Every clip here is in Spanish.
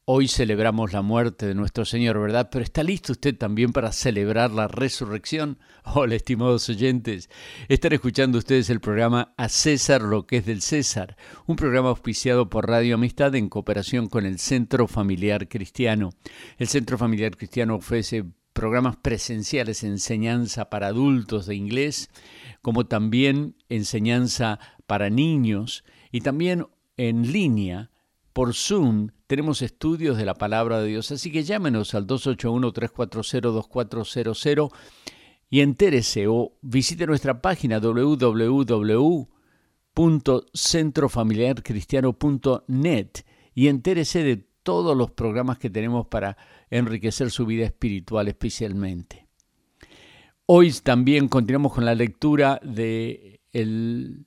Hoy celebramos la muerte de nuestro Señor, ¿verdad? Pero ¿está listo usted también para celebrar la resurrección? Hola, estimados oyentes. Están escuchando ustedes el programa A César lo que es del César, un programa auspiciado por Radio Amistad en cooperación con el Centro Familiar Cristiano. El Centro Familiar Cristiano ofrece programas presenciales, enseñanza para adultos de inglés, como también enseñanza para niños y también en línea. Por Zoom tenemos estudios de la Palabra de Dios, así que llámenos al 281-340-2400 y entérese o visite nuestra página www.centrofamiliarcristiano.net y entérese de todos los programas que tenemos para enriquecer su vida espiritual especialmente. Hoy también continuamos con la lectura de el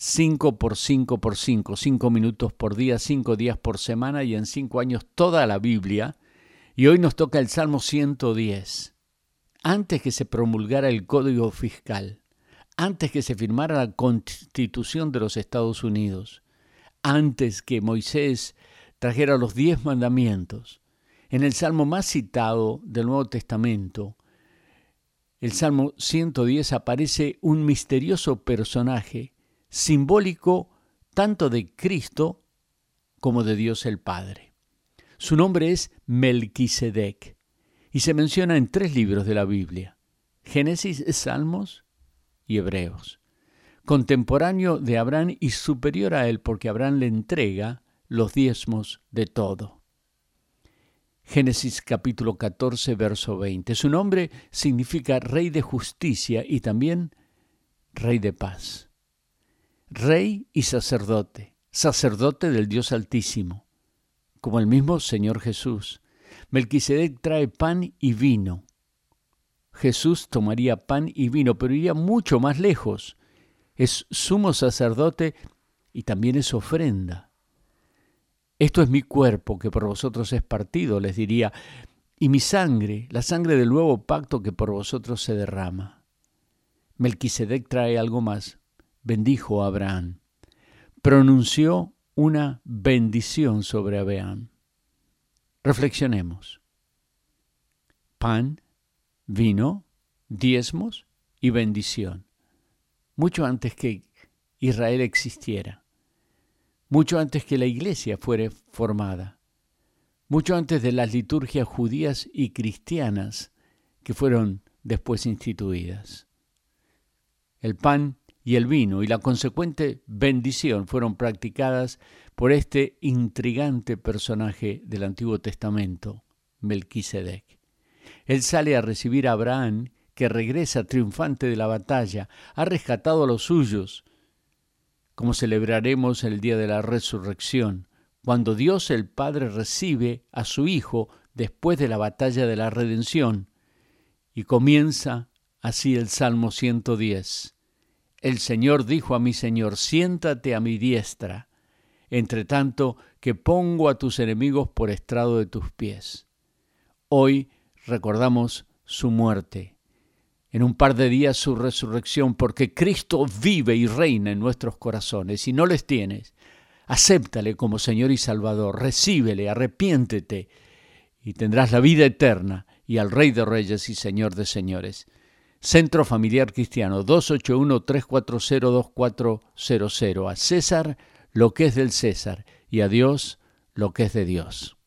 5x5x5, 5 minutos por día, 5 días por semana y en 5 años toda la Biblia. Y hoy nos toca el Salmo 110. Antes que se promulgara el Código Fiscal, antes que se firmara la Constitución de los Estados Unidos, antes que Moisés trajera los 10 mandamientos, en el Salmo más citado del Nuevo Testamento, el Salmo 110, aparece un misterioso personaje simbólico tanto de Cristo como de Dios el Padre. Su nombre es Melquisedec y se menciona en 3 libros de la Biblia: Génesis, Salmos y Hebreos. Contemporáneo de Abraham y superior a él porque Abraham le entrega los diezmos de todo. Génesis capítulo 14, verso 20. Su nombre significa Rey de Justicia y también Rey de Paz. Rey y sacerdote, sacerdote del Dios Altísimo, como el mismo Señor Jesús. Melquisedec trae pan y vino. Jesús tomaría pan y vino, pero iría mucho más lejos. Es sumo sacerdote y también es ofrenda. Esto es mi cuerpo que por vosotros es partido, les diría, y mi sangre, la sangre del nuevo pacto que por vosotros se derrama. Melquisedec trae algo más. Bendijo a Abraham. Pronunció una bendición sobre Abraham. Reflexionemos. Pan, vino, diezmos y bendición. Mucho antes que Israel existiera. Mucho antes que la iglesia fuera formada. Mucho antes de las liturgias judías y cristianas que fueron después instituidas. El pan y el vino y la consecuente bendición fueron practicadas por este intrigante personaje del Antiguo Testamento, Melquisedec. Él sale a recibir a Abraham, que regresa triunfante de la batalla, ha rescatado a los suyos, como celebraremos el día de la resurrección, cuando Dios el Padre recibe a su Hijo después de la batalla de la redención, y comienza así el Salmo 110. El Señor dijo a mi Señor: siéntate a mi diestra, entre tanto que pongo a tus enemigos por estrado de tus pies. Hoy recordamos su muerte. En un par de días su resurrección, porque Cristo vive y reina en nuestros corazones. Si no les tienes, acéptale como Señor y Salvador, recíbele, arrepiéntete y tendrás la vida eterna y al Rey de Reyes y Señor de Señores. Centro Familiar Cristiano, 281-340-2400. A César lo que es del César y a Dios lo que es de Dios.